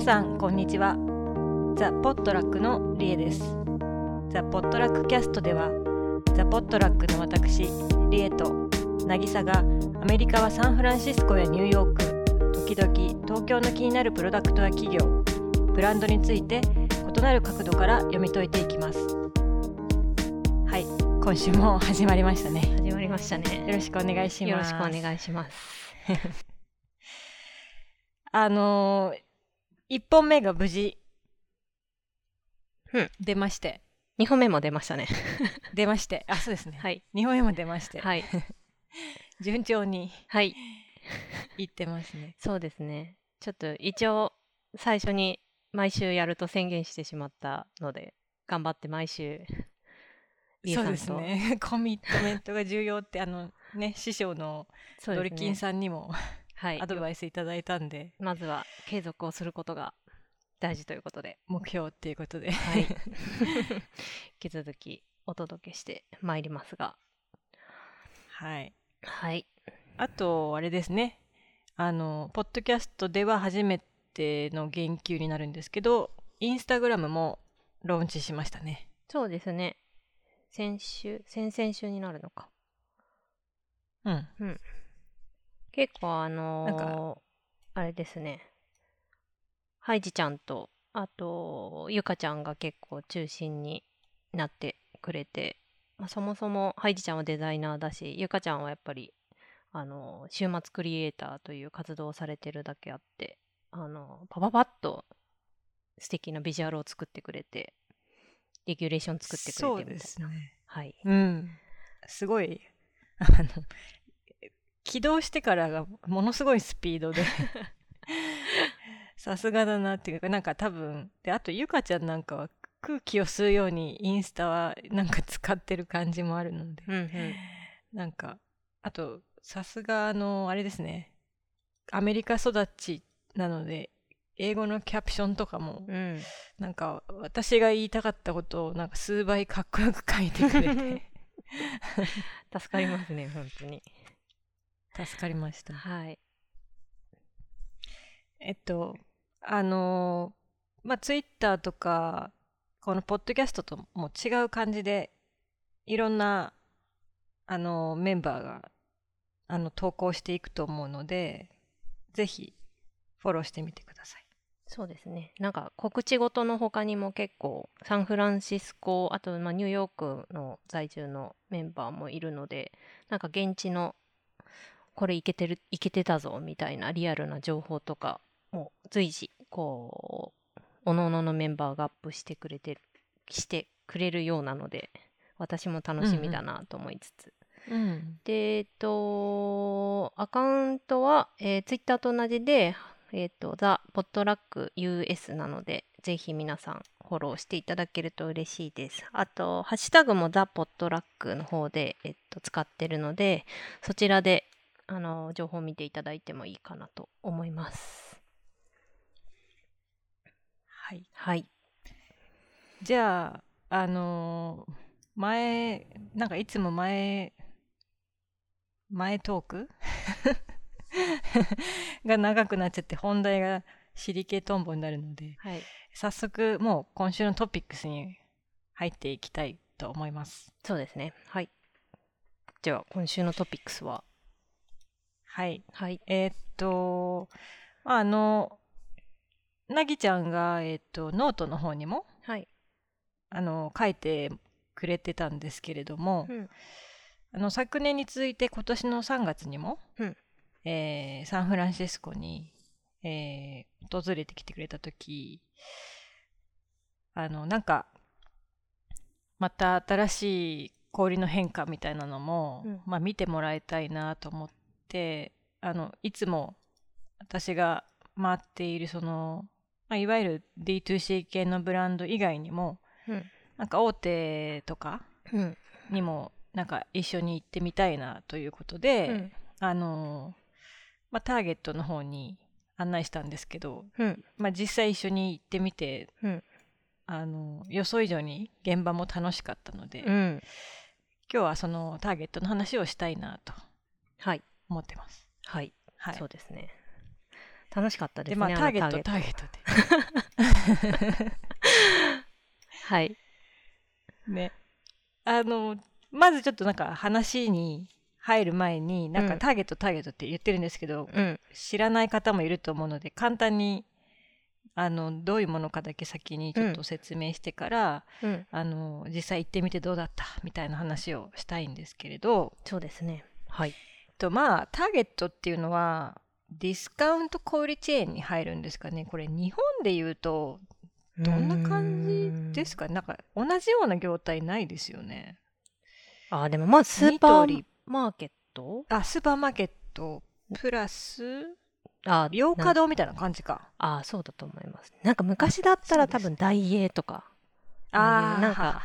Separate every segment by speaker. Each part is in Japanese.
Speaker 1: さんこんにちは。ザ・ポットラックのリエです。ザ・ポットラックキャストでは、ザ・ポットラックの私リエと渚がアメリカはサンフランシスコやニューヨーク、時々東京の気になるプロダクトや企業、ブランドについて異なる角度から読み解いていきます。はい、今週も始まりましたね。
Speaker 2: 始まりましたね。
Speaker 1: よろしくお願いします。
Speaker 2: よろしくお願いします。
Speaker 1: 1本目が無事出まして、
Speaker 2: 2本目も出ましたね。
Speaker 1: 出まして、あ、そうですね。
Speaker 2: はい。
Speaker 1: 2本目も出まして、
Speaker 2: はい。
Speaker 1: 順調に
Speaker 2: はい
Speaker 1: いってますね。
Speaker 2: そうですね。ちょっと一応最初に毎週やると宣言してしまったので、頑張って毎週リエさんと。
Speaker 1: そうですね。コミットメントが重要って師匠のドリキンさんにも、はい、アドバイスいただいたんで、
Speaker 2: まずは継続をすることが大事ということで、
Speaker 1: 目標っていうことで、
Speaker 2: はい、引き続きお届けしてまいりますが、
Speaker 1: はい
Speaker 2: はい。
Speaker 1: あとあれですね、ポッドキャストでは初めての言及になるんですけど、インスタグラムもローンチしましたね。
Speaker 2: そうですね。先々週になるのか。うん。結構あれですね。ハイジちゃんと、あと、ゆかちゃんが結構中心になってくれて、そもそもハイジちゃんはデザイナーだし、ゆかちゃんはやっぱり、週末クリエイターという活動をされてるだけあって、パパパッと素敵なビジュアルを作ってくれて、レギュレーション作ってくれてみたいな。
Speaker 1: そうですね。
Speaker 2: はい。
Speaker 1: すごい、起動してからがものすごいスピードでさすがだなっていうか、なんか多分で、あとゆかちゃんなんかは空気を吸うようにインスタはなんか使ってる感じもあるので、なんかあとさすがあれですね、アメリカ育ちなので英語のキャプションとかも、なんか私が言いたかったことをなんか数倍かっこよく書いてくれて
Speaker 2: 助かりますね、本当に
Speaker 1: 助かりました。
Speaker 2: はい。
Speaker 1: ツイッターとかこのポッドキャストとも違う感じでいろんなメンバーが投稿していくと思うので、ぜひフォローしてみてください。
Speaker 2: そうですね。なんか告知ごとの他にも結構サンフランシスコ、あとニューヨークの在住のメンバーもいるので、なんか現地のこれいけてたぞみたいなリアルな情報とかも随時こう各々のメンバーがアップしてくれるようなので、私も楽しみだなと思いつつ、でアカウントは、ツイッターと同じでザ・ポットラック US なので、ぜひ皆さんフォローしていただけると嬉しいです。あとハッシュタグもザ・ポットラックの方で、使ってるので、そちらで情報を見ていただいてもいいかなと思います。
Speaker 1: はい。
Speaker 2: はい。
Speaker 1: じゃあなんかいつも前トークが長くなっちゃって本題がシリケトンボになるので、
Speaker 2: はい、
Speaker 1: 早速もう今週のトピックスに入っていきたいと思います。
Speaker 2: そうですね。はい。では今週のトピックスは、
Speaker 1: はい。
Speaker 2: はい。
Speaker 1: なぎちゃんがノートの方にも、
Speaker 2: はい、
Speaker 1: 書いてくれてたんですけれども、昨年に続いて今年の3月にも、サンフランシスコに、訪れてきてくれた時、なんかまた新しい氷の変化みたいなのも、見てもらいたいなと思って、いつも私が回っているいわゆる D2C 系のブランド以外にも、なんか大手とかにもなんか一緒に行ってみたいなということで、ターゲットの方に案内したんですけど、実際一緒に行ってみて、予想以上に現場も楽しかったので、今日はそのターゲットの話をしたいなと思ってます。
Speaker 2: はい、そうですね。 楽しかったで
Speaker 1: で、
Speaker 2: すね。
Speaker 1: ターゲットで
Speaker 2: はい
Speaker 1: ね、まずちょっとなんか話に入る前になんかターゲットって言ってるんですけど、知らない方もいると思うので、簡単にどういうものかだけ先にちょっと説明してから、実際行ってみてどうだったみたいな話をしたいんですけれど。
Speaker 2: そうですね。はい。
Speaker 1: ターゲットっていうのはディスカウント小売チェーンに入るんですかね。これ日本で言うとどんな感じですか。なんか同じような業態ないですよね。
Speaker 2: でもスーパーマーケット、
Speaker 1: スーパーマーケットプラス洋華堂みたいな感じか。
Speaker 2: そうだと思います。なんか昔だったら多分ダイエーとかなんか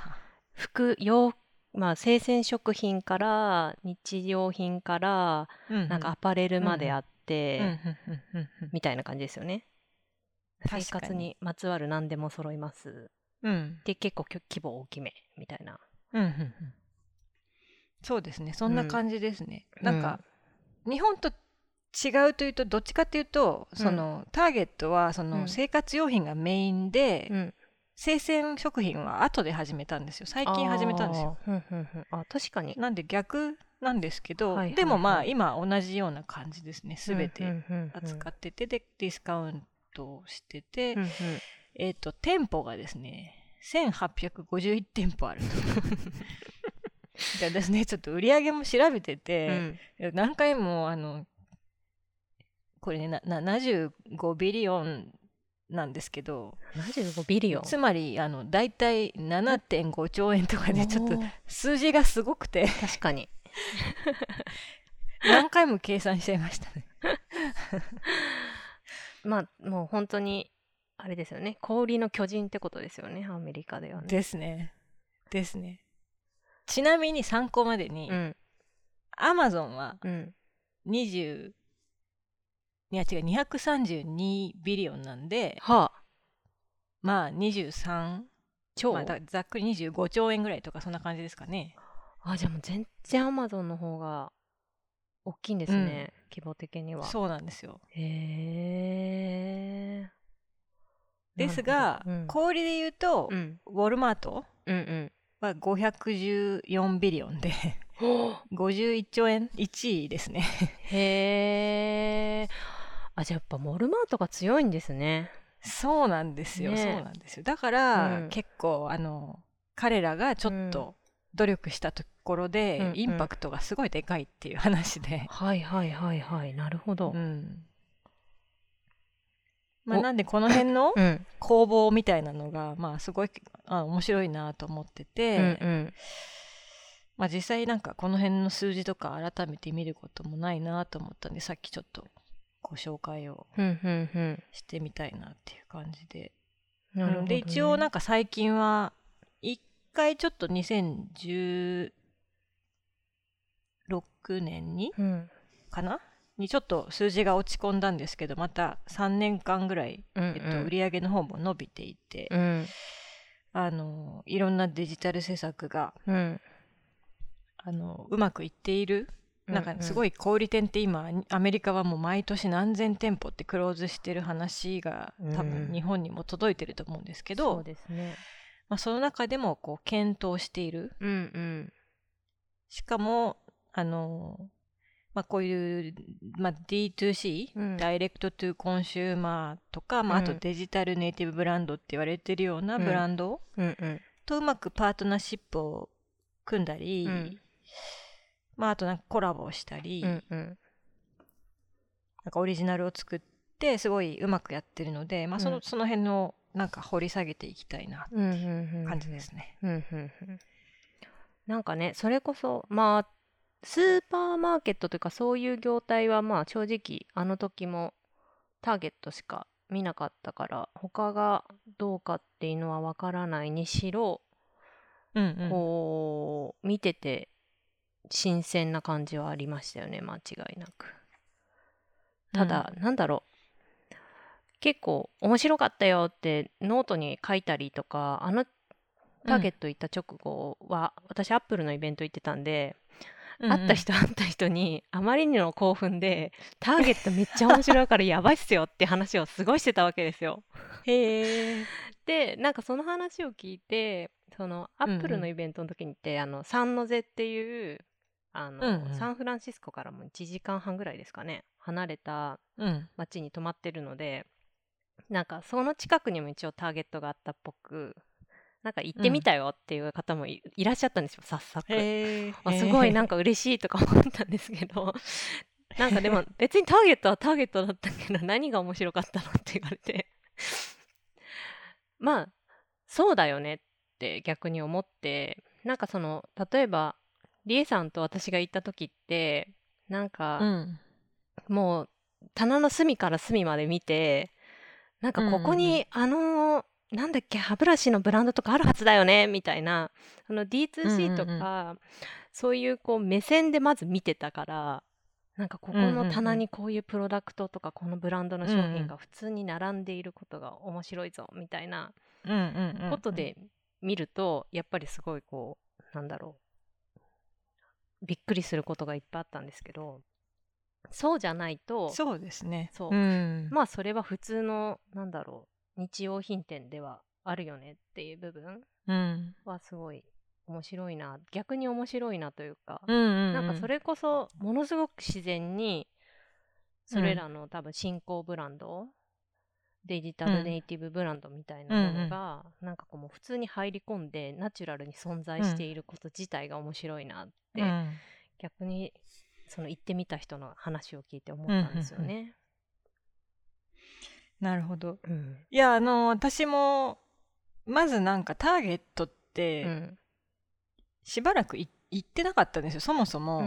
Speaker 2: 生鮮食品から日用品からなんかアパレルまであってみたいな感じですよね。生活にまつわる何でも揃います、で結構規模大きめみたいな、
Speaker 1: そうですね、そんな感じですね。なんか日本と違うというと、どっちかというとそのターゲットはその生活用品がメインで、生鮮食品は後で始めたんですよ。最近始めたんですよ。
Speaker 2: 確かに。
Speaker 1: なんで逆なんですけど、でも今同じような感じですね。全て扱ってて、でディスカウントをしてて、店舗がですね1851店舗あるで私ねちょっと売り上げも調べてて、何回もこれね75ビリオンなんですけど、
Speaker 2: 75ビリオン
Speaker 1: つまりだいたい 7.5 兆円とかで、ちょっと数字がすごくて
Speaker 2: 確かに
Speaker 1: 何回も計算しちゃいましたね
Speaker 2: もう本当にあれですよね、小売りの巨人ってことですよね、アメリカではね。
Speaker 1: ですね。ちなみに参考までに、アマゾンは232ビリオンなんで、23兆、ざっくり25兆円ぐらいとかそんな感じですかね。
Speaker 2: じゃあもう全然アマゾンの方が大きいんですね、規模的には。
Speaker 1: そうなんですよ。
Speaker 2: です
Speaker 1: が、小売りで言うと、ウォルマートは514ビリオンで51兆円1位ですね
Speaker 2: じゃあやっぱウォルマートが強いんですね。
Speaker 1: そうなんですよ。だから、結構彼らがちょっと努力したところで、インパクトがすごいでかいっていう話で。
Speaker 2: なるほど。
Speaker 1: なんでこの辺の攻防みたいなのがすごい面白いなと思ってて、実際なんかこの辺の数字とか改めて見ることもないなと思ったんで、さっきちょっとご紹介をしてみたいなっていう感じで。で一応なんか最近は一回ちょっと2016年にかなにちょっと数字が落ち込んだんですけど、また3年間ぐらい、売り上げの方も伸びていて、いろんなデジタル施策が、うまくいっている。なんかすごい小売店って今アメリカはもう毎年何千店舗ってクローズしてる話が多分日本にも届いてると思うんですけど、
Speaker 2: そうですね。
Speaker 1: その中でもこう検討している、しかもこういう、D2C、ダイレクトトゥコンシューマーとか、あとデジタルネイティブブランドって言われてるようなブランドとうまくパートナーシップを組んだり、あとなんかコラボをしたり、なんかオリジナルを作ってすごいうまくやってるので、その辺のなんか掘り下げていきたいなっていう感じですね。
Speaker 2: なんかね、それこそスーパーマーケットというかそういう業態は正直あの時もターゲットしか見なかったから、他がどうかっていうのはわからないにしろ、こう見てて新鮮な感じはありましたよね、間違いなく。ただ、なんだろう、結構面白かったよってノートに書いたりとか、ターゲット行った直後は、私アップルのイベント行ってたんで、 会った人にあまりにの興奮でターゲットめっちゃ面白いからやばいっすよって話をすごいしてたわけですよ。
Speaker 1: へえ。
Speaker 2: でなんかその話を聞いて、そのアップルのイベントの時にってサンノゼっていうサンフランシスコからも1時間半ぐらいですかね離れた町に泊まってるので、なんかその近くにも一応ターゲットがあったっぽく、なんか行ってみたよっていう方も いらっしゃったんですよ、早速。すごいなんか嬉しいとか思ったんですけどなんかでも別にターゲットはターゲットだったけど何が面白かったのって言われてまあそうだよねって逆に思って、なんかその例えばリエさんと私が行った時ってなんか、もう棚の隅から隅まで見て、なんかここになんだっけ歯ブラシのブランドとかあるはずだよねみたいな、D2C とか、そういうこう目線でまず見てたから、なんかここの棚にこういうプロダクトとかこのブランドの商品が普通に並んでいることが面白いぞみたいなことで見ると、やっぱりすごいこうなんだろう、びっくりすることがいっぱいあったんですけど、そうじゃないと、
Speaker 1: そうですね。
Speaker 2: そう、まあそれは普通のなんだろう日用品店ではあるよねっていう部分はすごい面白いな、逆に面白いなというか、なんかそれこそものすごく自然にそれらの多分新興ブランド、デジタルネイティブブランドみたいなものが、なんかこうもう普通に入り込んでナチュラルに存在していること自体が面白いなって、逆にその行ってみた人の話を聞いて思ったんですよね。
Speaker 1: なるほど。いや私もまずなんかターゲットってしばらく行ってなかったんですよ。そもそも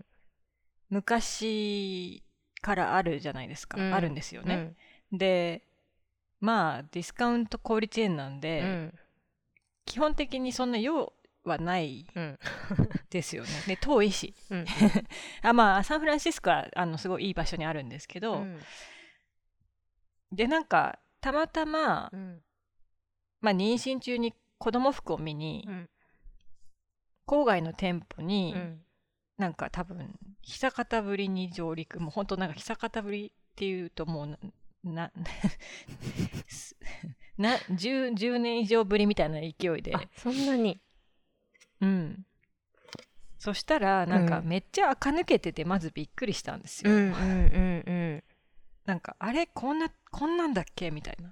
Speaker 1: 昔からあるじゃないですか、あるんですよね。でまあディスカウント小売チェーンなんで、基本的にそんな用はないですよね。で遠いしまあサンフランシスコはすごいいい場所にあるんですけど、でなんかたまたま、まあ妊娠中に子供服を見に、郊外の店舗に、なんか多分久方ぶりに上陸、もう本当なんか久方ぶりっていうともう10年以上ぶりみたいな勢いで、
Speaker 2: そんなに。
Speaker 1: そしたらなんかめっちゃ垢抜けてて、まずびっくりしたんですよ。なんかあれこんなんだっけみたいな。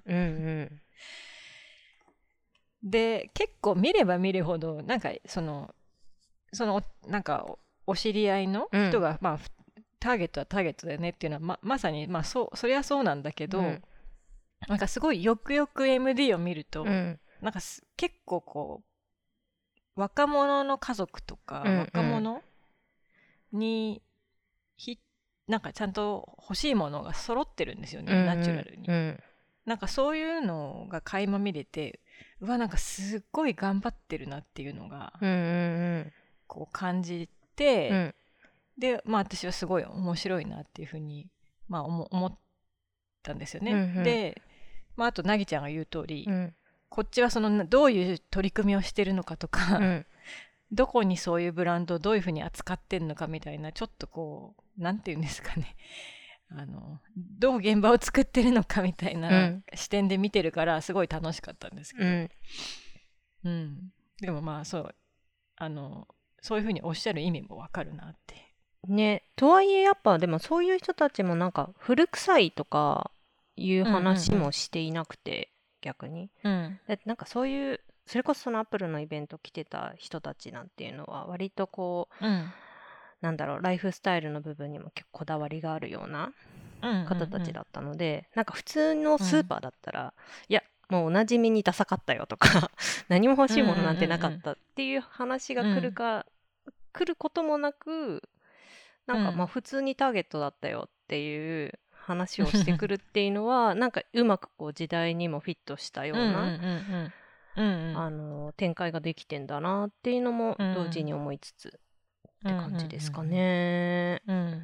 Speaker 1: で結構見れば見るほどなんかそのなんかお知り合いの人が、まあターゲットはターゲットだよねっていうのは まさにまあそりゃそうなんだけど、なんかすごいよくよく MD を見ると、なんか結構こう若者の家族とか、若者になんかちゃんと欲しいものが揃ってるんですよね、ナチュラルに。なんかそういうのが垣間見れて、うわなんかすっごい頑張ってるなっていうのがこう感じて、でまあ私はすごい面白いなっていうふうに、まあ、思ったんですよね。で、まあ、あとなぎちゃんが言う通り、こっちはそのどういう取り組みをしてるのかとか、どこにそういうブランドをどういうふうに扱ってるのかみたいな、ちょっとこうなんていうんですかね、どう現場を作ってるのかみたいな視点で見てるから、すごい楽しかったんですけど、でもまあそうそういうふうにおっしゃる意味もわかるなって
Speaker 2: ね。とはいえやっぱでもそういう人たちもなんか古臭いとかいう話もしていなくて、逆に、だってなんかそういうそれこそそのアップルのイベント来てた人たちなんていうのは割とこう、なんだろう、ライフスタイルの部分にも結構こだわりがあるような方たちだったので、なんか普通のスーパーだったら、いやもうおなじみにダサかったよとか何も欲しいものなんてなかったっていう話が来ることもなく、なんかまあ普通にターゲットだったよっていう話をしてくるっていうのはなんかうまくこう時代にもフィットしたような展開ができてんだなっていうのも同時に思いつつって感じですかね。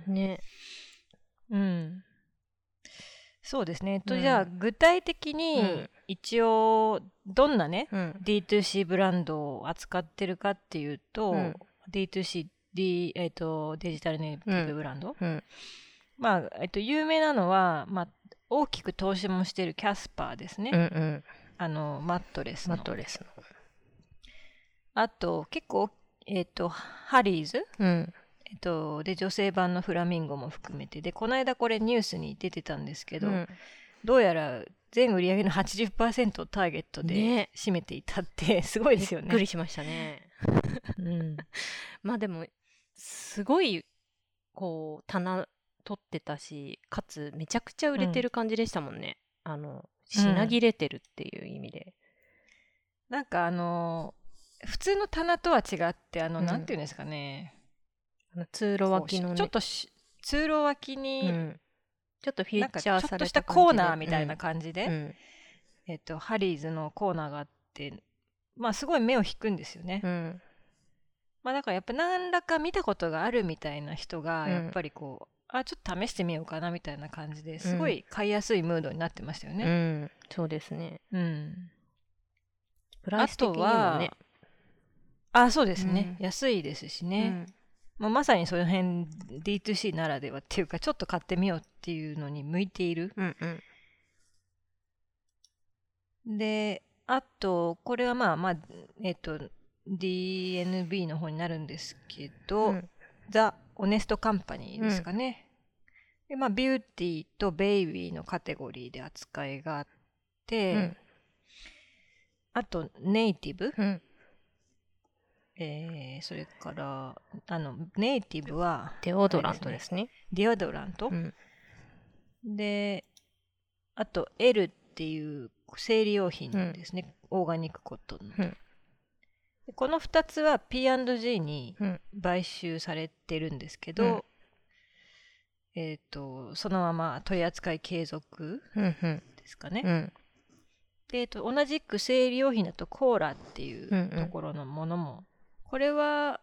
Speaker 1: そうですね。じゃあ具体的に一応どんなね、D2C ブランドを扱ってるかっていうと、D2C デジタルネイティブブランド、
Speaker 2: うん、
Speaker 1: まあ有名なのは、まあ、大きく投資もしてるキャスパーですね、
Speaker 2: うんうん、
Speaker 1: マットレスの。あと結構、ハリーズ、
Speaker 2: うん、
Speaker 1: で女性版のフラミンゴも含めてで、この間これニュースに出てたんですけど、
Speaker 2: うん、
Speaker 1: どうやら全売上の 80% をターゲットで占めていたって、ね、すごいですよね。
Speaker 2: びっくりしましたね。うん、まあでもすごいこう棚取ってたし、かつめちゃくちゃ売れてる感じでしたもんね、品切れてるっていう意味で、
Speaker 1: なんか普通の棚とは違ってなんていうんですかね、
Speaker 2: 通路脇のね、
Speaker 1: ちょっと通路脇に、
Speaker 2: ちょっとフィーチャーされた感じで、
Speaker 1: ちょっとしたコーナーみたいな感じで、ハリーズのコーナーがあって、まあすごい目を引くんですよね。まあだからやっぱ何らか見たことがあるみたいな人がやっぱりこう、ちょっと試してみようかなみたいな感じですごい買いやすいムードになってましたよね。
Speaker 2: そうですね。
Speaker 1: プライス的にもね。そうですね。安いですしね。まさにその辺 D2C ならではっていうか、ちょっと買ってみようっていうのに向いている。で、あとこれはまあDNB の方になるんですけど、ザ・オネスト・カンパニーですかね。でまあ、ビューティーとベイビーのカテゴリーで扱いがあって、あとネイティブ、それからネイティブは
Speaker 2: デオドラントですね。
Speaker 1: デオドラント、であと L っていう生理用品ですね、オーガニックコットンの、でこの2つは P&G に買収されてるんですけど、そのまま取り扱い継続ですかね。で同じく生理用品だとコーラっていうところのものも、これは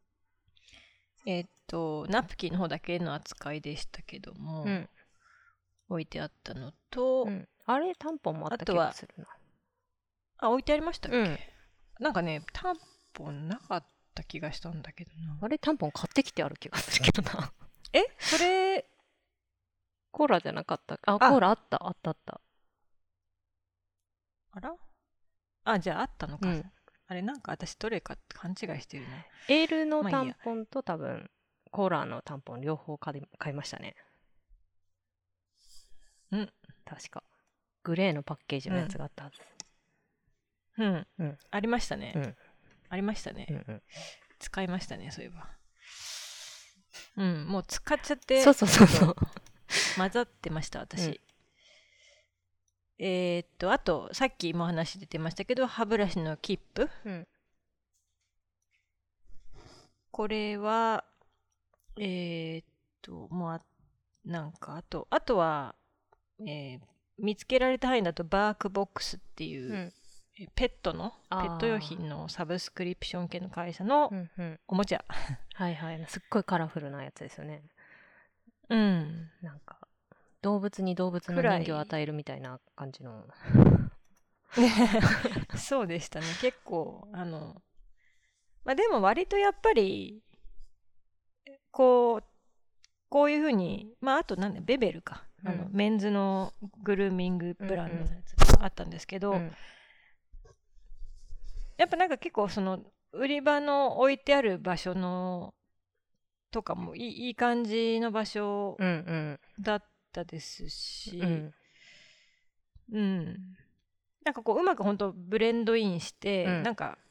Speaker 1: ナプキンの方だけの扱いでしたけども、置いてあったのと、
Speaker 2: あれタンポンもあった気がする
Speaker 1: な。置いてありましたっけ、なんかねタンポンなかった気がしたんだけどな。
Speaker 2: あれタンポン買ってきてある気がするけどな。
Speaker 1: それ
Speaker 2: コーラじゃなかったコーラあった
Speaker 1: あら、じゃああったのか、あれなんか私どれか勘違いしてるな。
Speaker 2: エールのタンポンと多分コーラのタンポン両方買いましたね。確かグレーのパッケージのやつがあったはず。
Speaker 1: ありましたね、ありましたね、使いましたね、そういえば。もう使っちゃって、
Speaker 2: そう
Speaker 1: 混ざってました私。あとさっきも話出てましたけど、歯ブラシのキップ、これはもうなんかあとは、見つけられた範囲だとバークボックスっていう、ペット用品のサブスクリプション系の会社のおもちゃ、
Speaker 2: すっごいカラフルなやつですよね。なんか動物に動物の人形を与えるみたいな感じの
Speaker 1: そうでしたね。結構でも割とやっぱりこういうふうに、あとベベルか、メンズのグルーミングブランドのやつがあったんですけど、やっぱなんか結構その売り場の置いてある場所のとかもいい感じの場所だったですし、なんかこううまく本当ブレンドインして、なんか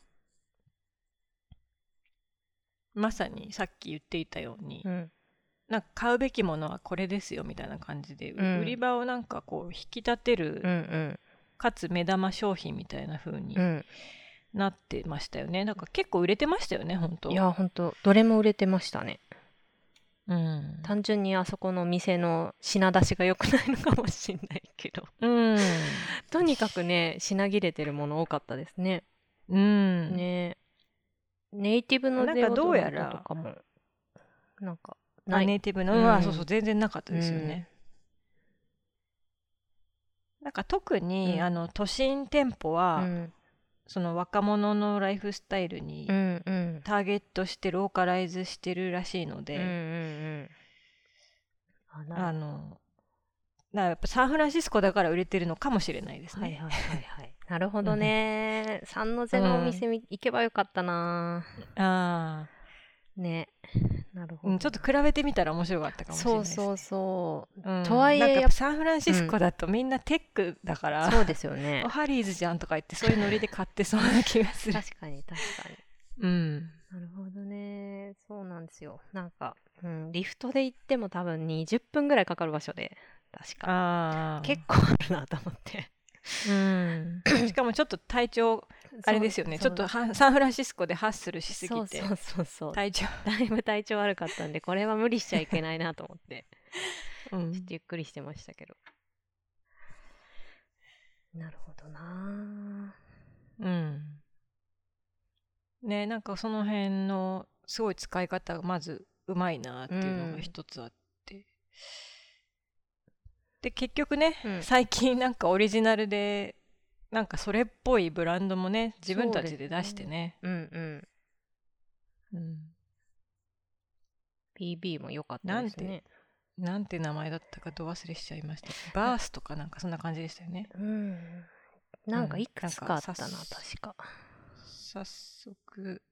Speaker 1: まさにさっき言っていたように、なんか買うべきものはこれですよみたいな感じで、売り場をなんかこう引き立てる、かつ目玉商品みたいな風になってましたよね。なんか結構売れてましたよね、本当。
Speaker 2: いや本当どれも売れてましたね。単純にあそこの店の品出しが良くないのかもしれないけど、とにかくね品切れてるもの多かったですね。ね、ネイティブのデオドラントとかもなんか
Speaker 1: ネイティブのそう全然なかったですよね。なんか特に都心店舗は、その若者のライフスタイルにターゲットしてローカライズしてるらしいので、
Speaker 2: なるほど。
Speaker 1: やっぱサンフランシスコだから売れてるのかもしれないですね。
Speaker 2: はいはいはいはい。なるほどね。三の瀬のお店行けばよかったな。
Speaker 1: ああ。
Speaker 2: ね。なるほど。
Speaker 1: ちょっと比べてみたら面白かったかもしれないですね。
Speaker 2: そうそう。
Speaker 1: うん、
Speaker 2: とはいえ
Speaker 1: なんかやっぱサンフランシスコだとみんなテックだから、
Speaker 2: そうですよね。
Speaker 1: ハリーズじゃんとか言ってそういうノリで買ってそうな気がする。
Speaker 2: 確かに確かに。
Speaker 1: うん。
Speaker 2: なるほどね。そうなんですよ。なんか、リフトで行っても多分20分ぐらいかかる場所で、確か。結構あるなと思って。
Speaker 1: うん。しかもちょっと体調あれですよね。ちょっとサンフランシスコでハッスルしすぎて、
Speaker 2: そう
Speaker 1: 体調
Speaker 2: だいぶ体調悪かったんで、これは無理しちゃいけないなと思って、
Speaker 1: うん、
Speaker 2: ちょっとゆっくりしてましたけど。なるほどな。
Speaker 1: うん。ね、なんかその辺のすごい使い方がまずうまいなっていうのが一つあって、で結局ね、最近なんかオリジナルでなんかそれっぽいブランドもね自分たちで出してね。
Speaker 2: PB も良かったですね。
Speaker 1: なんて名前だったかど忘れしちゃいました。バースとかなんかそんな感じでしたよね。
Speaker 2: なんかいくつかあったな、確か。
Speaker 1: 早速、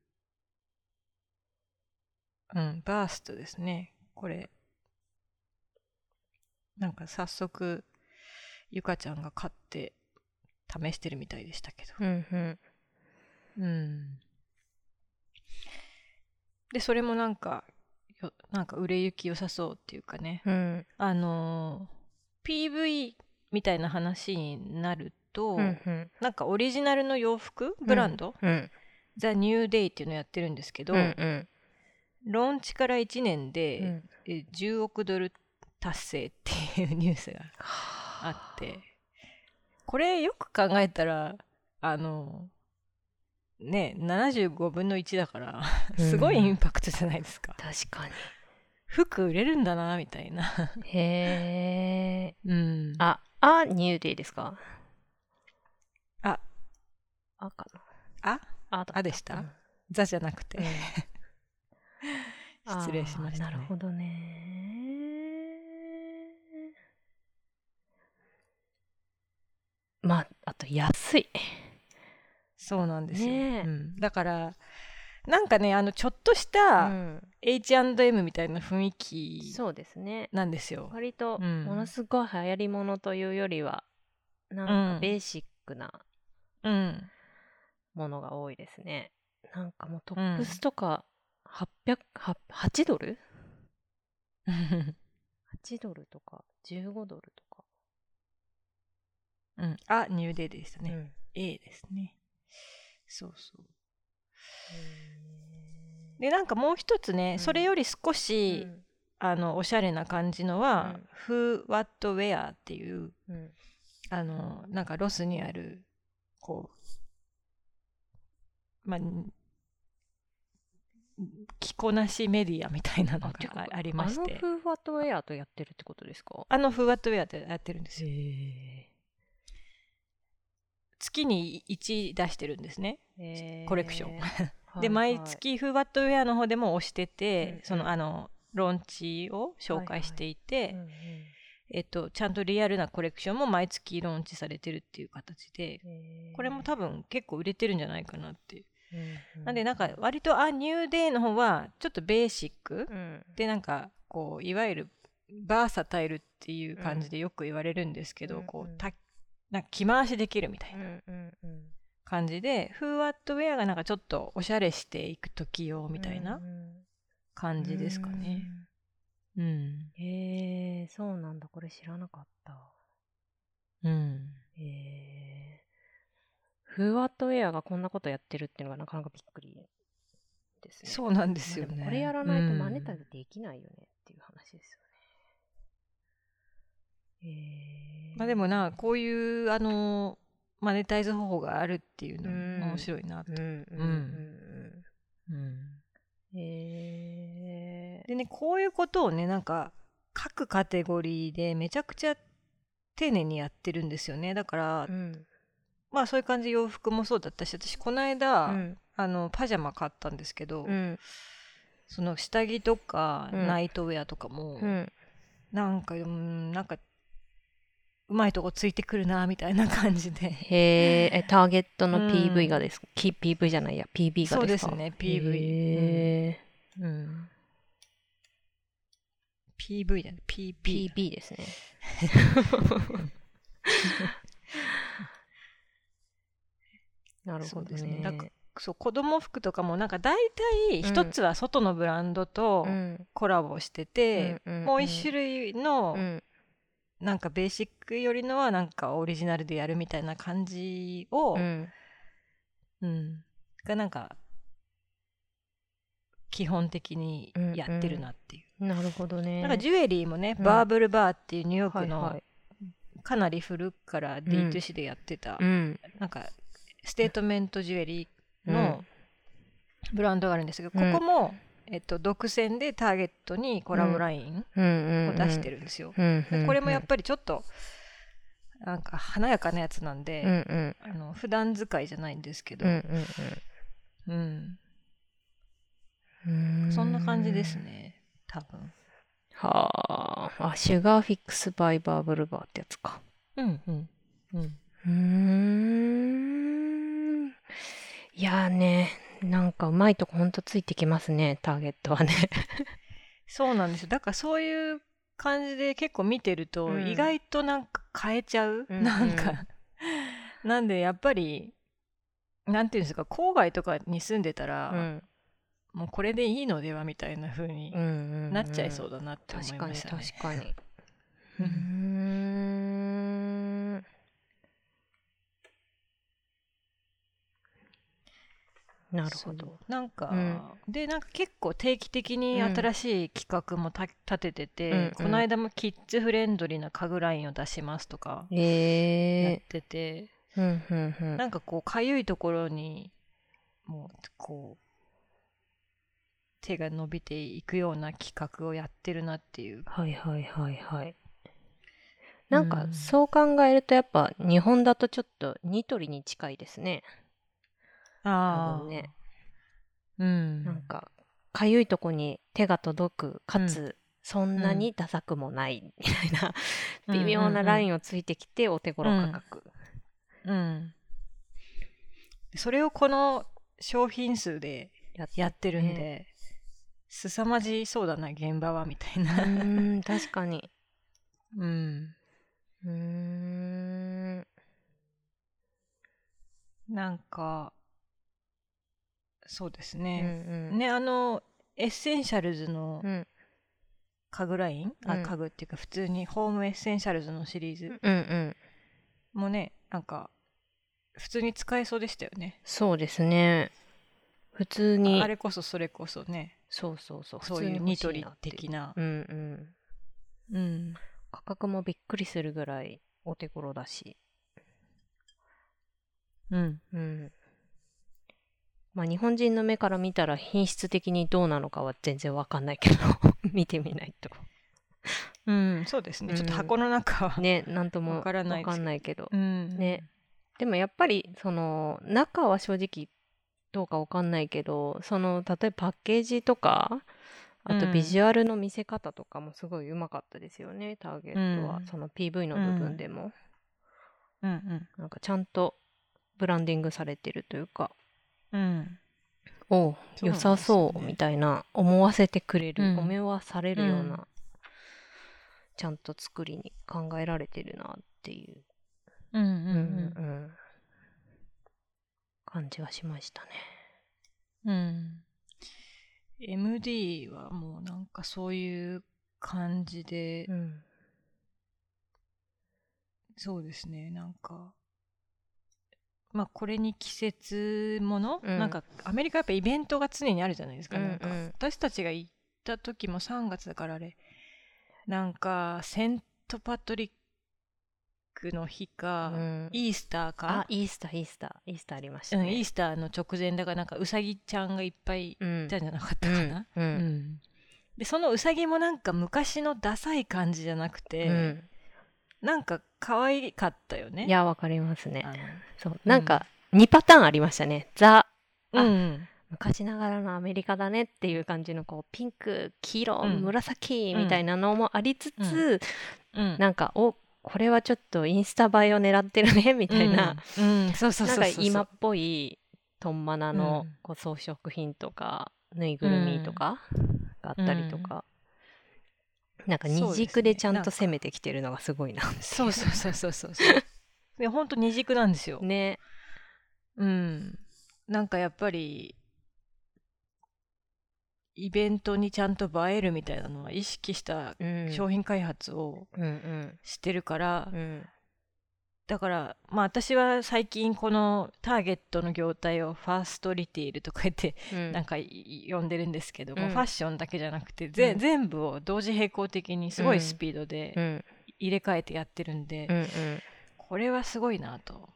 Speaker 1: バーストですね。これ、なんか早速、ゆかちゃんが買って試してるみたいでしたけど。で、それもなんか売れ行き良さそうっていうかね。PV みたいな話になると、なんかオリジナルの洋服ブランド、ザ・ニューデイっていうのをやってるんですけど、ローンチから1年で、10億ドル達成っていうニュースがあって、これよく考えたらね75分の1だからすごいインパクトじゃないですか。
Speaker 2: 確かに
Speaker 1: 服売れるんだなみたいな。
Speaker 2: へえ。ニューデイですか？かな。
Speaker 1: でした、ザじゃなくて、失礼しましたね。
Speaker 2: なるほどね。あと安い。
Speaker 1: そうなんですよ、だからなんかねちょっとした H&M みたいな雰囲気なんですよ。
Speaker 2: 割とものすごい流行りものというよりはなんかベーシックなものが多いですね。なんかもうトップスとか8ドル8ドルとか15ドルとか。
Speaker 1: ニューデイでしたね。A ですね。そうそう。でなんかもう一つね、それより少し、おしゃれな感じのは、Who What Wear っていう、なんかロスにあるこう着こなしメディアみたいなのがありまして、
Speaker 2: Who What Wear とやってるってことですか
Speaker 1: ？Who What Wear ってやってるんですよ。月に1出してるんですね、コレクションで毎月Who What Wearの方でも押してて、そのローンチを紹介していて、ちゃんとリアルなコレクションも毎月ローンチされてるっていう形で、これも多分結構売れてるんじゃないかなっていう。なんでなんか割とニューデイの方はちょっとベーシック、でなんかこういわゆるバーサタイルっていう感じでよく言われるんですけど、こうなんか着回しできるみたいな感じで、Who What Wear がなんかちょっとおしゃれしていく時用みたいな感じですかね。
Speaker 2: そうなんだ。これ知らなかった。Who What Wear がこんなことやってるっていうのがなかなかびっくりですね。
Speaker 1: そうなんですよね。
Speaker 2: でもこれやらないとマネタイズできないよねっていう話ですよね。
Speaker 1: でもこういうマネタイズ方法があるっていうのも面白いなと。でね、こういうことをねなんか各カテゴリーでめちゃくちゃ丁寧にやってるんですよね。だから、そういう感じで洋服もそうだったし、私この間、 パジャマ買ったんですけど、
Speaker 2: うん
Speaker 1: その下着とか、
Speaker 2: うん
Speaker 1: ナイトウェアとかも、
Speaker 2: うん
Speaker 1: なんかうまいとこついてくるなみたいな感じで。
Speaker 2: へえ、ターゲットの PV が
Speaker 1: うん
Speaker 2: ですか、PV じゃないや、PB がですか？
Speaker 1: そうですね PV、
Speaker 2: へえ、
Speaker 1: うん、PV じゃない PB
Speaker 2: PB ですね。なるほど
Speaker 1: そうですね。だから
Speaker 2: ね。
Speaker 1: そう子供服とかもなんか大体一つは外のブランドと
Speaker 2: うん
Speaker 1: コラボしてて、
Speaker 2: うんうん
Speaker 1: もう一種類の
Speaker 2: うん
Speaker 1: なんかベーシックよりのはなんかオリジナルでやるみたいな感じを、
Speaker 2: うん
Speaker 1: がなんか基本的にやってるなっていう、
Speaker 2: なるほどね。
Speaker 1: なんかジュエリーもね、
Speaker 2: うん
Speaker 1: バーブルバーっていうニューヨークの
Speaker 2: はいはい
Speaker 1: かなり古くから D2C でやってた、
Speaker 2: うん
Speaker 1: なんかステートメントジュエリー
Speaker 2: うん
Speaker 1: のブランドがあるんですけど、
Speaker 2: うん
Speaker 1: ここも、独占でターゲットにコラボラインを出してるんですよ。でこれもやっぱりちょっとなんか華やかなやつなんで、普段使いじゃないんですけど、そんな感じですね、多分。
Speaker 2: はあ、シュガーフィックスバイバーブルバーってやつか。いやーね、なんかうまいとこほんとついてきますね、ターゲットはね。
Speaker 1: そうなんですよ。だからそういう感じで結構見てると、意外となんか変えちゃう、なんかなんでやっぱりなんていうんですか、郊外とかに住んでたら、もうこれでいいのではみたいな風になっちゃいそうだなって思いましたね。
Speaker 2: 確かに。なるほど。
Speaker 1: なんか、でなんか結構定期的に新しい企画も立ててて、この間もキッズフレンドリーな家具ラインを出しますとかやってて、なんかこうかゆいところにもうこう手が伸びていくような企画をやってるなっていう。
Speaker 2: なんかそう考えるとやっぱ日本だとちょっとニトリに近いですね。多分ね。なんかかゆいとこに手が届くかつ、そんなにダサくもないみたいな微妙なラインをついてきてお手頃価格。
Speaker 1: それをこの商品数でやってるんで、凄まじそうだな現場はみたいな。
Speaker 2: 確かに。
Speaker 1: なんかそうですね。ね、エッセンシャルズの家具ライン、家具っていうか普通にホームエッセンシャルズのシリーズもね、なんか普通に使えそうでしたよね。
Speaker 2: そうですね。普通に
Speaker 1: あれこそそれこそね。そういうニトリ的な。
Speaker 2: 価格もびっくりするぐらいお手頃だし。まあ日本人の目から見たら品質的にどうなのかは全然わかんないけど見てみないと。
Speaker 1: そうですね。ちょっと箱の中は
Speaker 2: ね、なんともわからないけど、ね。でもやっぱりその中は正直どうかわかんないけど、その例えばパッケージとか、あとビジュアルの見せ方とかもすごいうまかったですよね。ターゲットはその PV の部分でも、なんかちゃんとブランディングされてるというか、良さそうみたいな思わせてくれる、思わされるような、ちゃんと作りに考えられてるなっていう感じはしましたね。
Speaker 1: MD はもうなんかそういう感じで、そうですね、なんかまあこれに季節もの、なんかアメリカやっぱイベントが常にあるじゃないですか。なんか私たちが行った時も3月だからあれなんかセントパトリックの日か、イースターか、
Speaker 2: イースターありましたね。
Speaker 1: イースターの直前だからなんかウサギちゃんがいっぱいいたんじゃなかったかな。でそのウサギもなんか昔のダサい感じじゃなくて、なんか可愛かったよね。
Speaker 2: いやわかりますね。そうなんか2パターンありましたね。ザ昔ながらのアメリカだねっていう感じのこうピンク、黄色、
Speaker 1: うん
Speaker 2: 紫みたいなのもありつつ、
Speaker 1: うん
Speaker 2: なんかこれはちょっとインスタ映えを狙ってるねみたいな、
Speaker 1: そうそうそうそう、
Speaker 2: なんか今っぽいトンマナのこう装飾品とかぬいぐるみとかがあったりとか、なんか二軸でちゃんと攻めてきてるのがすごいなっていう。
Speaker 1: そうそうそうそうそういやほんと二軸なんですよ
Speaker 2: ね。
Speaker 1: なんかやっぱりイベントにちゃんと映えるみたいなのは意識した商品開発をしてるから、だからまあ私は最近このターゲットの業態をファーストリテールとか言ってなんか呼んでるんですけども、ファッションだけじゃなくて全部を同時並行的にすごいスピードで入れ替えてやってるんで、これはすごいなと。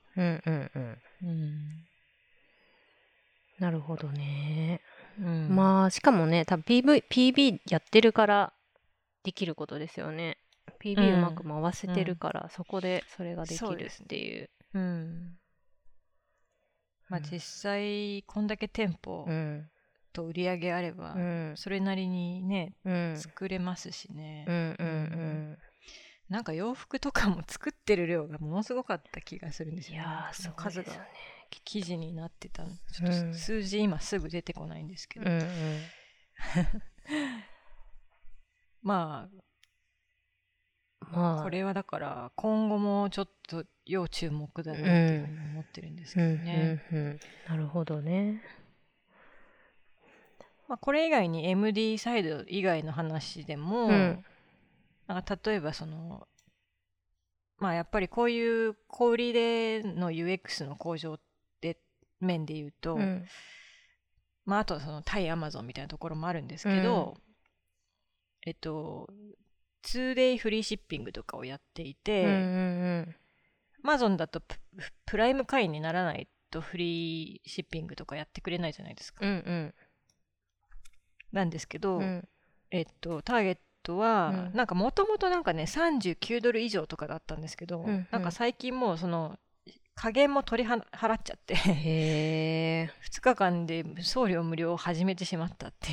Speaker 2: なるほどね。まあしかもね、多分 PB やってるからできることですよね。PB うまく回せてるから、そこでそれができるっていう。
Speaker 1: まあ実際こんだけ店舗と売り上げあれば、それなりにね、作れますしね。なんか洋服とかも作ってる量がものすごかった気がするんですよね。その数が記事になってた。ちょっと数字今すぐ出てこないんですけど。まあこれはだから今後もちょっと要注目だなっていうふうに思ってるんですけどね。
Speaker 2: なるほどね。
Speaker 1: まあこれ以外に MD サイド以外の話でも、なんか例えばそのまあやっぱりこういう小売りでの UX の向上って面で言うと、まああとはその対 Amazon みたいなところもあるんですけど、2day フリーシッピングとかをやっていて、Amazon だとプライム会員にならないとフリーシッピングとかやってくれないじゃないですか。なんですけど、ターゲットは、なんかもともとなんかね$39以上とかだったんですけど、なんか最近もうその加減も取り払っちゃって2日間で送料無料を始めてしまったって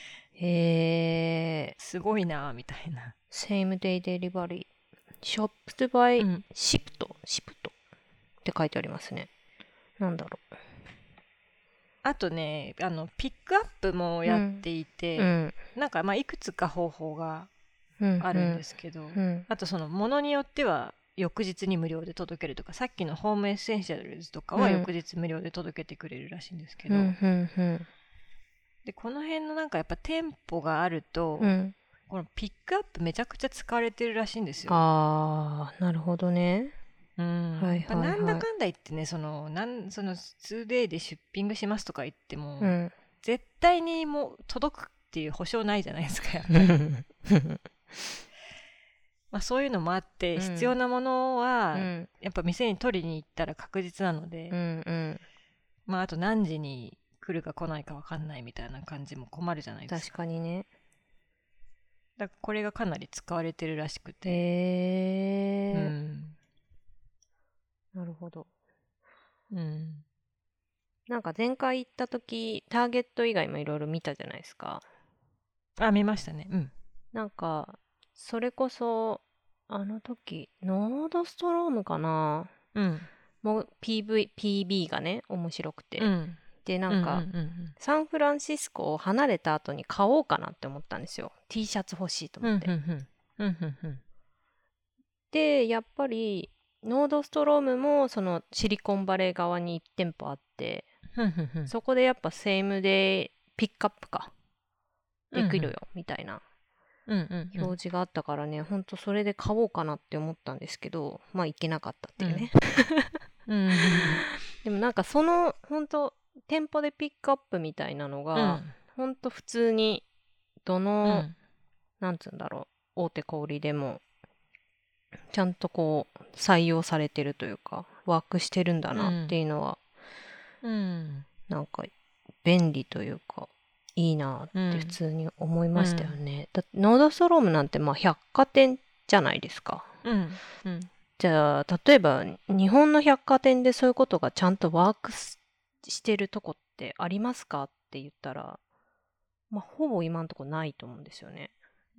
Speaker 1: いうすごいなみたいな。
Speaker 2: Same day delivery shopped by shipped って書いてありますね。なんだろう。
Speaker 1: あとねピックアップもやっていて、なんかまあいくつか方法があるんですけど、あとそのものによっては翌日に無料で届けるとか、さっきのホームエッセンシャルズとかは翌日無料で届けてくれるらしいんですけど、でこの辺のなんかやっぱ店舗があると、このピックアップめちゃくちゃ使われてるらしいんですよ。
Speaker 2: なるほどね。
Speaker 1: なんだかんだ言ってね、その 2day で出品がしますとか言っても、絶対にもう届くっていう保証ないじゃないですかやっぱりまあそういうのもあって、必要なものはやっぱ店に取りに行ったら確実なので、まああと何時に来るか来ないか分かんないみたいな感じも困るじゃないですか。
Speaker 2: 確かにね。
Speaker 1: だからこれがかなり使われてるらしくて、
Speaker 2: なるほど。なんか前回行った時ターゲット以外もいろいろ見たじゃないですか。
Speaker 1: 見ましたね。
Speaker 2: なんかそれこそあの時ノードストロームかな、もう PB がね面白くて、でなんか、サンフランシスコを離れた後に買おうかなって思ったんですよ。 T シャツ欲しいと思って、でやっぱりノードストロームもそのシリコンバレー側に1店舗あって、そこでやっぱセームでピックアップかできるよみたいな表示があったからね、ほんとそれで買おうかなって思ったんですけど、まあ行けなかったっていうね、でもなんかそのほんと店舗でピックアップみたいなのが、ほんと普通にどの、なんつうんだろう、大手小売でもちゃんとこう採用されてるというかワークしてるんだなっていうのは、なんか便利というかいいなって普通に思いましたよね。だってノードストロームなんてまあ百貨店じゃないですか。じゃあ例えば日本の百貨店でそういうことがちゃんとワークしてるとこっってありますかって言ったら、ほぼ今のところないと思うんですよね。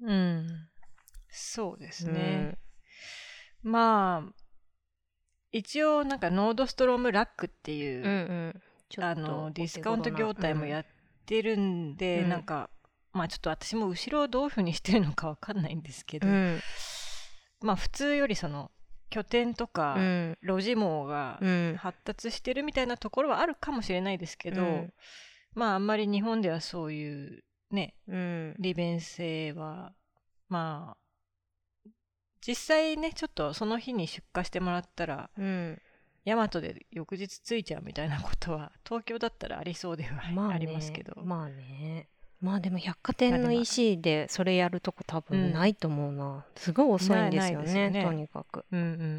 Speaker 1: そうですね。まあ一応なんかノードストロームラックっていう、ディスカウント業態もやってるんで、なんかまあちょっと私も後ろをどういうふうにしてるのかわかんないんですけど、まあ普通よりその拠点とか路地網が発達してるみたいなところはあるかもしれないですけど、まああんまり日本ではそういうね、利便性はまあ実際ねちょっとその日に出荷してもらったら、大和で翌日着いちゃうみたいなことは東京だったらありそうではありますけど、
Speaker 2: でも百貨店の EC でそれやるとこ多分ないと思うな、すごい遅いんですよね、とにかく。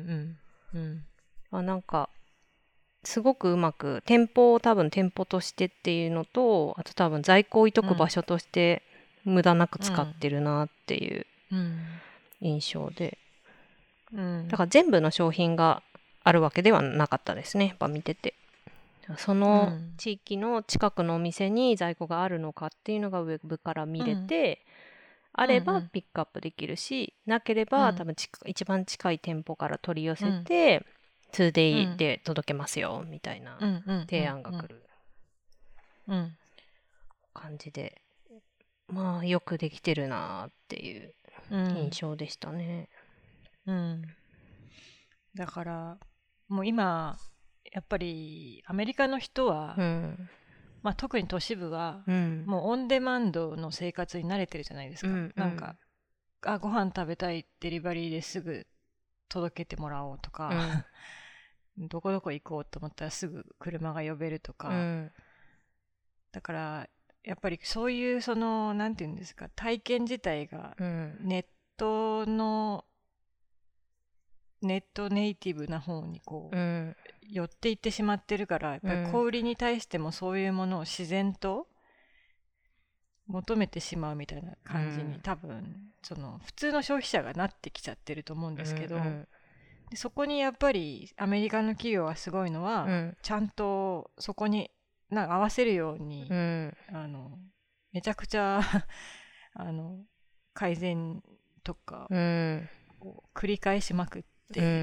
Speaker 2: なんかすごくうまく店舗を多分店舗としてっていうのと、あと多分在庫置いとく場所として無駄なく使ってるなっていう印象で、だから全部の商品があるわけではなかったですね、やっぱ見てて。その地域の近くのお店に在庫があるのかっていうのがウェブから見れて、あればピックアップできるし、なければ多分一番近い店舗から取り寄せて、2day で届けますよみたいな提案が来る感じで、よくできてるなっていう印象でしたね。
Speaker 1: だからもう今やっぱりアメリカの人は、特に都市部は、もうオンデマンドの生活に慣れてるじゃないですか。なんかご飯食べたい、デリバリーですぐ届けてもらおうとか、どこどこ行こうと思ったらすぐ車が呼べるとか、だからやっぱりそういうそのなんていうんですか、体験自体がネットネイティブな方にこう、寄っていってしまってるから、やっぱり小売りに対してもそういうものを自然と求めてしまうみたいな感じに、多分その普通の消費者がなってきちゃってると思うんですけど、でそこにやっぱりアメリカの企業がすごいのは、ちゃんとそこになんか合わせるように、めちゃくちゃ改善とかを繰り返しまくって、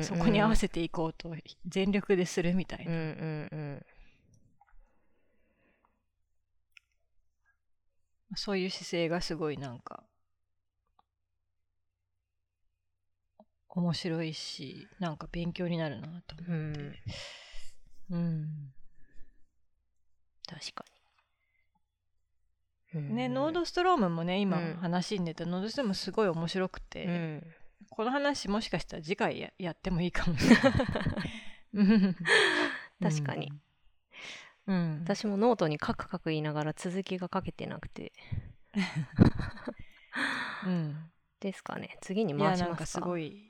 Speaker 1: そこに合わせていこうと全力でするみたいな、そういう姿勢がすごいなんか面白いし、なんか勉強になるなと思って、
Speaker 2: 確か
Speaker 1: に、ね、ノードストロームもね今話に出たノードストロームすごい面白くて、この話もしかしたら次回 やってもいいかもしれない
Speaker 2: 確かに、私もノートにカクカク言いながら続きが書けてなくてですかね。次に回しますか。いや
Speaker 1: なんかすごい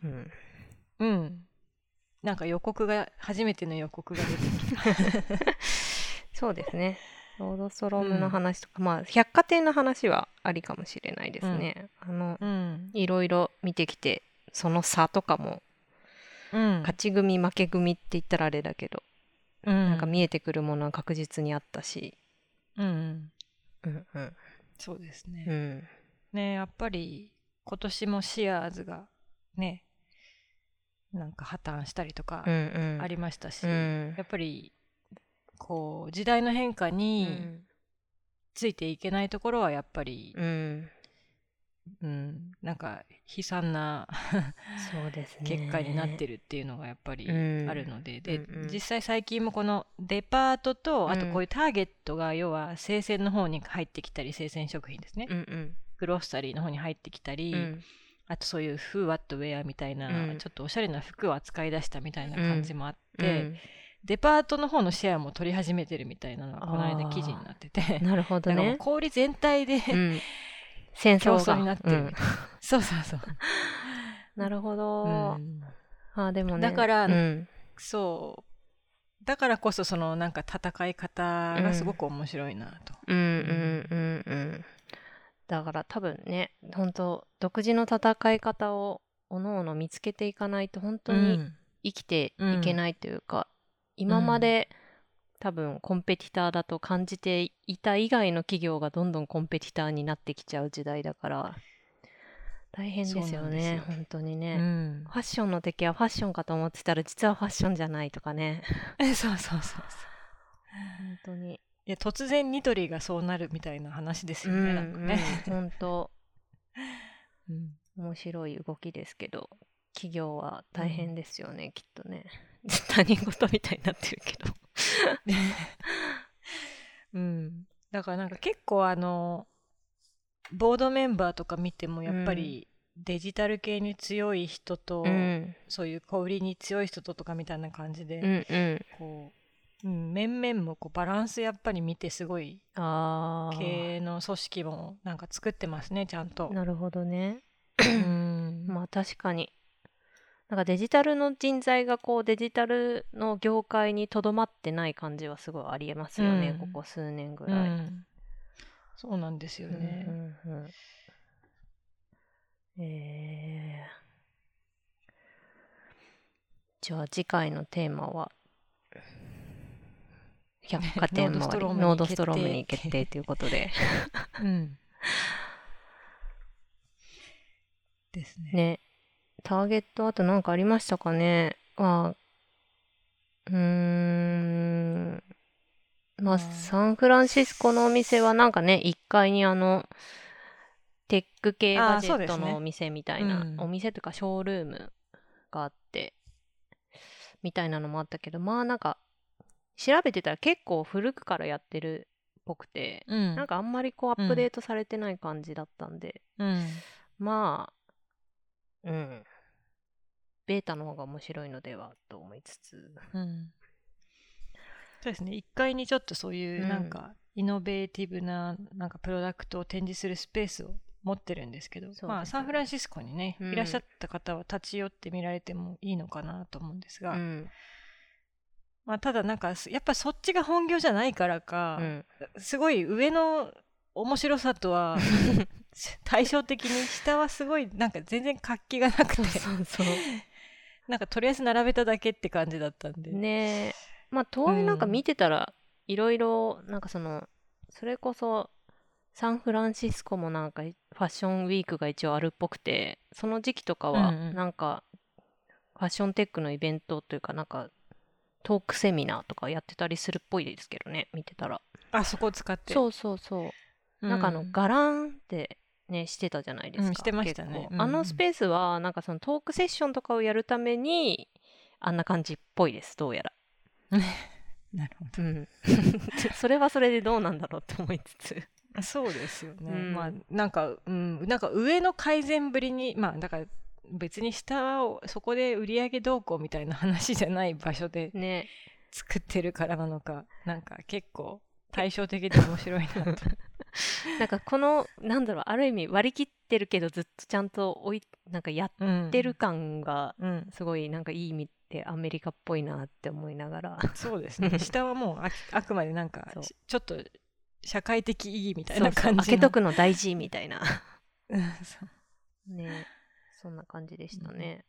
Speaker 1: なんか初めての予告が出てきた
Speaker 2: そうですね。ロードストロームの話とか、百貨店の話はありかもしれないですね。いろいろ見てきて、その差とかも、勝ち組負け組って言ったらあれだけど、なんか見えてくるものは確実にあったし、
Speaker 1: そうですね。ね、やっぱり今年もシアーズがね、なんか破綻したりとかありましたし、やっぱりこう時代の変化についていけないところはやっぱり、なんか悲惨な結果になってるっていうのがやっぱりあるので、実際最近もこのデパートと、あとこういうターゲットが要は生鮮の方に入ってきたり、生鮮食品ですね、グロッサリーの方に入ってきたり、あとそういうフーワットウェアみたいな、ちょっとおしゃれな服を扱い出したみたいな感じもあって、デパートの方のシェアも取り始めてるみたいなのがこの間記事になってて、
Speaker 2: なるほどね。
Speaker 1: 小売全体で、
Speaker 2: 戦
Speaker 1: 争が競争になってるみたいな、そう
Speaker 2: なるほど、でもね、
Speaker 1: だから、そうだからこそそのなんか戦い方がすごく面白いなと。
Speaker 2: だから多分ね、本当独自の戦い方をおのおの見つけていかないと本当に生きていけないというか、今まで多分コンペティターだと感じていた以外の企業がどんどんコンペティターになってきちゃう時代だから大変ですよね。本当にね、ファッションの敵はファッションかと思ってたら実はファッションじゃないとかね。
Speaker 1: そう本
Speaker 2: 当に、
Speaker 1: いや突然ニトリがそうなるみたいな話ですよね、なんかね。
Speaker 2: 本当、面白い動きですけど、企業は大変ですよね、きっとね。他人事みたいになってるけど。
Speaker 1: だからなんか結構ボードメンバーとか見てもやっぱりデジタル系に強い人と、そういう小売りに強い人とかみたいな感じで、こう、面々もこうバランスやっぱり見てすごい経営の組織もなんか作ってますね、ちゃんと。
Speaker 2: なるほどね。まあ確かになんかデジタルの人材がこうデジタルの業界にとどまってない感じはすごいありえますよね、ここ数年ぐらい。
Speaker 1: そうなんですよね。
Speaker 2: じゃあ次回のテーマは百貨店周りノードストロームに決定ということで
Speaker 1: です
Speaker 2: ね。ターゲットあと何かありましたかね。まあサンフランシスコのお店はなんかね、1階にテック系ガジェットのお店みたいな、お店というかショールームがあってみたいなのもあったけど、まあなんか調べてたら結構古くからやってるっぽくて、なんかあんまりこうアップデートされてない感じだったんで、まあベータの方が面白いのではと思いつつ、
Speaker 1: そうですね、1階にちょっとそういうなんかイノベーティブななんかプロダクトを展示するスペースを持ってるんですけど、まあサンフランシスコにね、いらっしゃった方は立ち寄ってみられてもいいのかなと思うんですが、まあただなんかやっぱそっちが本業じゃないからか、すごい上の面白さとは対照的に下はすごいなんか全然活気がなくてなんかとりあえず並べただけって感じだったんで
Speaker 2: ね。まあとはいえなんか見てたらいろいろなんかそれこそサンフランシスコもなんかファッションウィークが一応あるっぽくて、その時期とかはなんかファッションテックのイベントというかなんかトークセミナーとかやってたりするっぽいですけどね、見てたら。
Speaker 1: あそこを使って。
Speaker 2: そうなんかガランってねしてたじゃないですか。
Speaker 1: してましたね。
Speaker 2: あのスペースはなんかそのトークセッションとかをやるためにあんな感じっぽいです、どうやら。
Speaker 1: なるほど。
Speaker 2: それはそれでどうなんだろうって思いつつ。
Speaker 1: そうですよね。まあなんか上の改善ぶりにまあだから別に下をそこで売り上げどうこうみたいな話じゃない場所で作ってるからなのか、なんか結構対照的で面白いなと。
Speaker 2: なんかこのなんだろう、ある意味割り切ってるけどずっとちゃんとなんかやってる感がすごいなんかいい意味でアメリカっぽいなって思いながら。
Speaker 1: そうですね。下はもうあくまでなんかちょっと社会的意義みたいな感じの。
Speaker 2: 開けとくの大事みたいな。ね、そんな感じでしたね。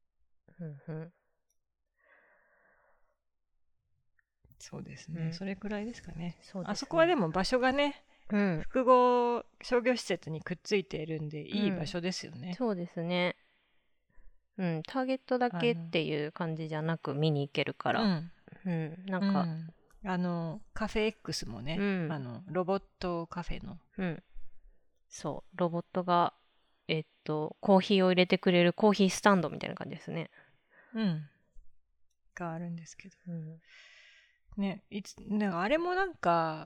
Speaker 1: そうですね。それくらいですかね。あそこはでも場所がね、複合商業施設にくっついているんでいい場所ですよね。
Speaker 2: そうですね。ターゲットだけっていう感じじゃなく見に行けるから。なんか。
Speaker 1: カフェ X もね、ロボットカフェの、
Speaker 2: そう、ロボットがコーヒーを入れてくれるコーヒースタンドみたいな感じですね。
Speaker 1: があるんですけど、ね、なんかあれもなんか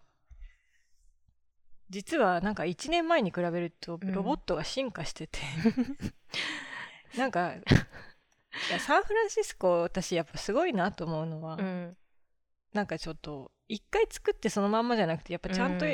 Speaker 1: 実はなんか1年前に比べるとロボットが進化してて、なんかいやサンフランシスコ私やっぱすごいなと思うのは、なんかちょっと一回作ってそのまんまじゃなくてやっぱちゃんと、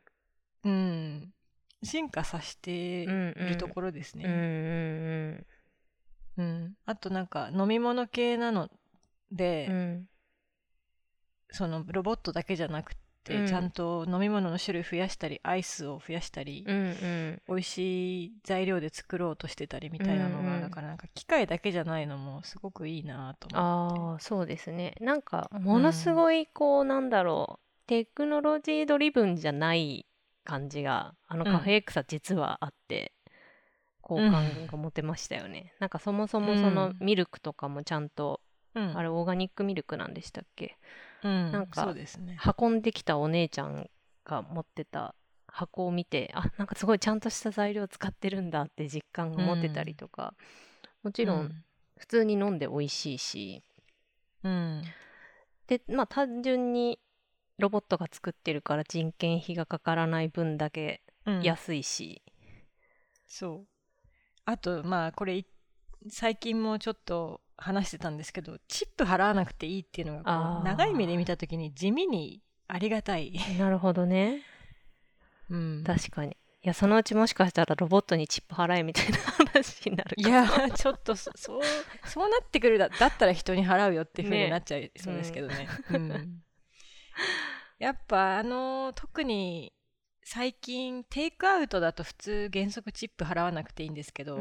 Speaker 1: 進化させてるところですね。あとなんか飲み物系なので、そのロボットだけじゃなくて、ちゃんと飲み物の種類増やしたりアイスを増やしたり、美味しい材料で作ろうとしてたりみたいなのが、だからなんか機械だけじゃないのもすごくいいなと思って。
Speaker 2: そうですね。なんかものすごいこう、なんだろう、テクノロジードリブンじゃない感じがカフェ X は実はあって、好感が持てましたよね。なんかそもそもそのミルクとかもちゃんと、あれオーガニックミルクなんでしたっけ？なんか
Speaker 1: そうですね。
Speaker 2: 運んできたお姉ちゃんが持ってた箱を見て、なんかすごいちゃんとした材料を使ってるんだって実感が持てたりとか、もちろん普通に飲んで美味しいし、で単純にロボットが作ってるから人件費がかからない分だけ安いし、
Speaker 1: そう。あとこれ最近もちょっと話してたんですけど、チップ払わなくていいっていうのがこう長い目で見た時に地味にありがたい。
Speaker 2: なるほどね。確かに。いや、そのうちもしかしたらロボットにチップ払えみたいな話になるかも。
Speaker 1: いやちょっとそうなってくるだったら人に払うよっていう風になっちゃいそうですけどね。やっぱ特に最近テイクアウトだと普通原則チップ払わなくていいんですけど、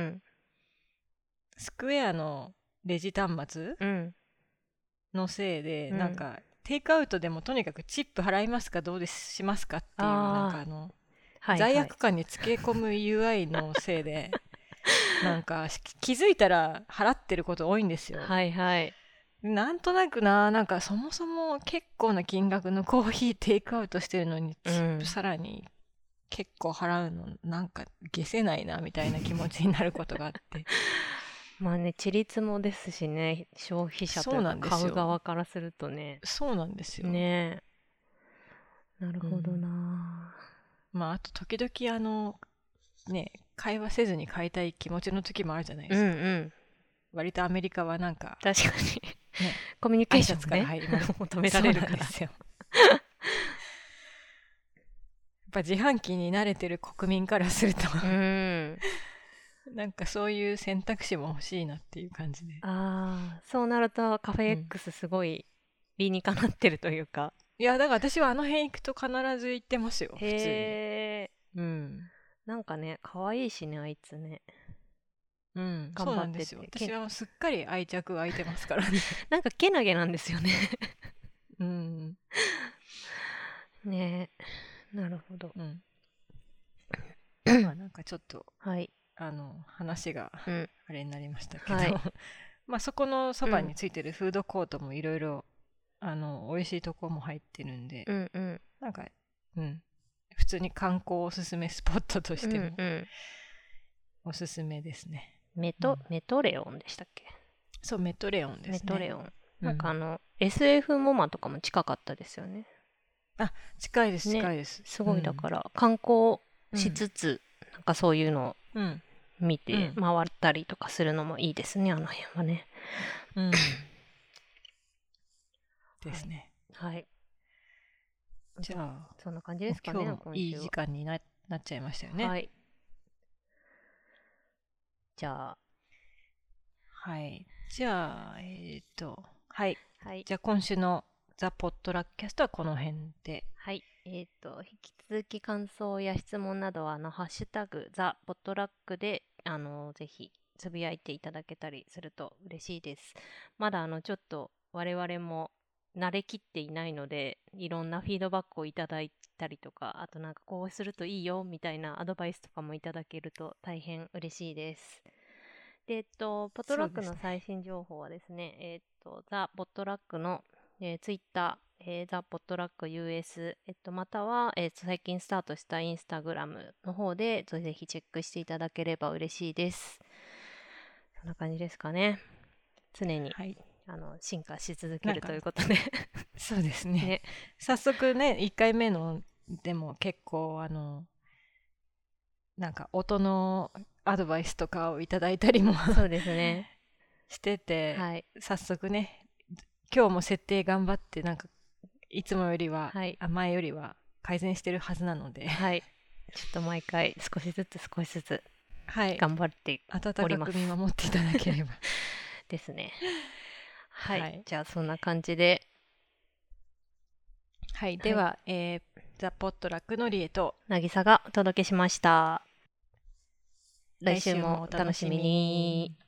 Speaker 1: スクエアのレジ端末のせいで、なんかテイクアウトでもとにかくチップ払いますかどうしますかっていうなんか罪悪感につけ込む UI のせいでなんか気づいたら払ってること多いんですよ。なんとなくなんかそもそも結構な金額のコーヒーテイクアウトしてるのにチップさらに結構払うのなんか消せないなみたいな気持ちになることがあって
Speaker 2: まあね、ちりつもですしね、消費者とか買う側からするとね。
Speaker 1: そうなんですよ。
Speaker 2: ね。なるほどな。
Speaker 1: あと時々ね、会話せずに買いたい気持ちの時もあるじゃないですか。割とアメリカはなんか
Speaker 2: 確かに、ね、コミュニケーション
Speaker 1: から入ります
Speaker 2: 求められるから
Speaker 1: ですよ。やっぱ自販機に慣れてる国民からするとなんかそういう選択肢も欲しいなっていう感じで。
Speaker 2: そうなるとカフェ X すごい理にかなってるというか。
Speaker 1: いやだから私はあの辺行くと必ず行ってますよ、普
Speaker 2: 通に。なんかね、可愛いしね、あいつね。
Speaker 1: 頑張ってて。私はすっかり愛着湧いてますからね。
Speaker 2: なんかけなげなんですよね。ねえ、なるほど。
Speaker 1: なんかちょっと、
Speaker 2: はい、
Speaker 1: 話があれになりましたけど、そこのそばについてるフードコートもいろいろ美味しいとこも入ってるんで、なんか普通に観光おすすめスポットとしてもおすすめですね。
Speaker 2: メトレオンでしたっけ？
Speaker 1: そう、メトレオンですね。
Speaker 2: メトレオン。なんかSF モマとかも近かったですよね。
Speaker 1: 近いです、近いです。
Speaker 2: すごいだから観光しつつ、なんかそういうのを見て回ったりとかするのもいいですね、あの辺はね。
Speaker 1: ですね。
Speaker 2: はい。
Speaker 1: じゃあ
Speaker 2: そんな感じですかね。
Speaker 1: 今日もいい時間になっちゃいましたよね。
Speaker 2: はい。じゃあ。
Speaker 1: はい。じゃあはい。じゃあ今週のザ・ポットラックキャストはこの辺で。
Speaker 2: はい。引き続き感想や質問などはハッシュタグザ・ポットラックでぜひつぶやいていただけたりすると嬉しいです。まだちょっと我々も慣れきっていないので、いろんなフィードバックをいただいたりとか、あとなんかこうするといいよみたいなアドバイスとかもいただけると大変嬉しいです。で、ポットラックの最新情報はですね、ザ・ポットラックの、ツイッター、ザ・ポットラック US、または、最近スタートしたインスタグラムの方でぜひチェックしていただければ嬉しいです。そんな感じですかね。常に、進化し続けるということで
Speaker 1: そうですね。早速ね、1回目のでも結構なんか音のアドバイスとかをいただいたりも
Speaker 2: そうですね
Speaker 1: してて、早速ね、今日も設定頑張ってなんかいつもよりは、前よりは改善してるはずなので、
Speaker 2: ちょっと毎回少しずつ頑張って
Speaker 1: 温かく見守っていただければ
Speaker 2: ですね。じゃあそんな感じで
Speaker 1: はい、では、ザ・ポットラックのリエと
Speaker 2: 渚がお届けしました。来週もお楽しみ
Speaker 1: 来週もお楽しみ
Speaker 2: に
Speaker 1: に。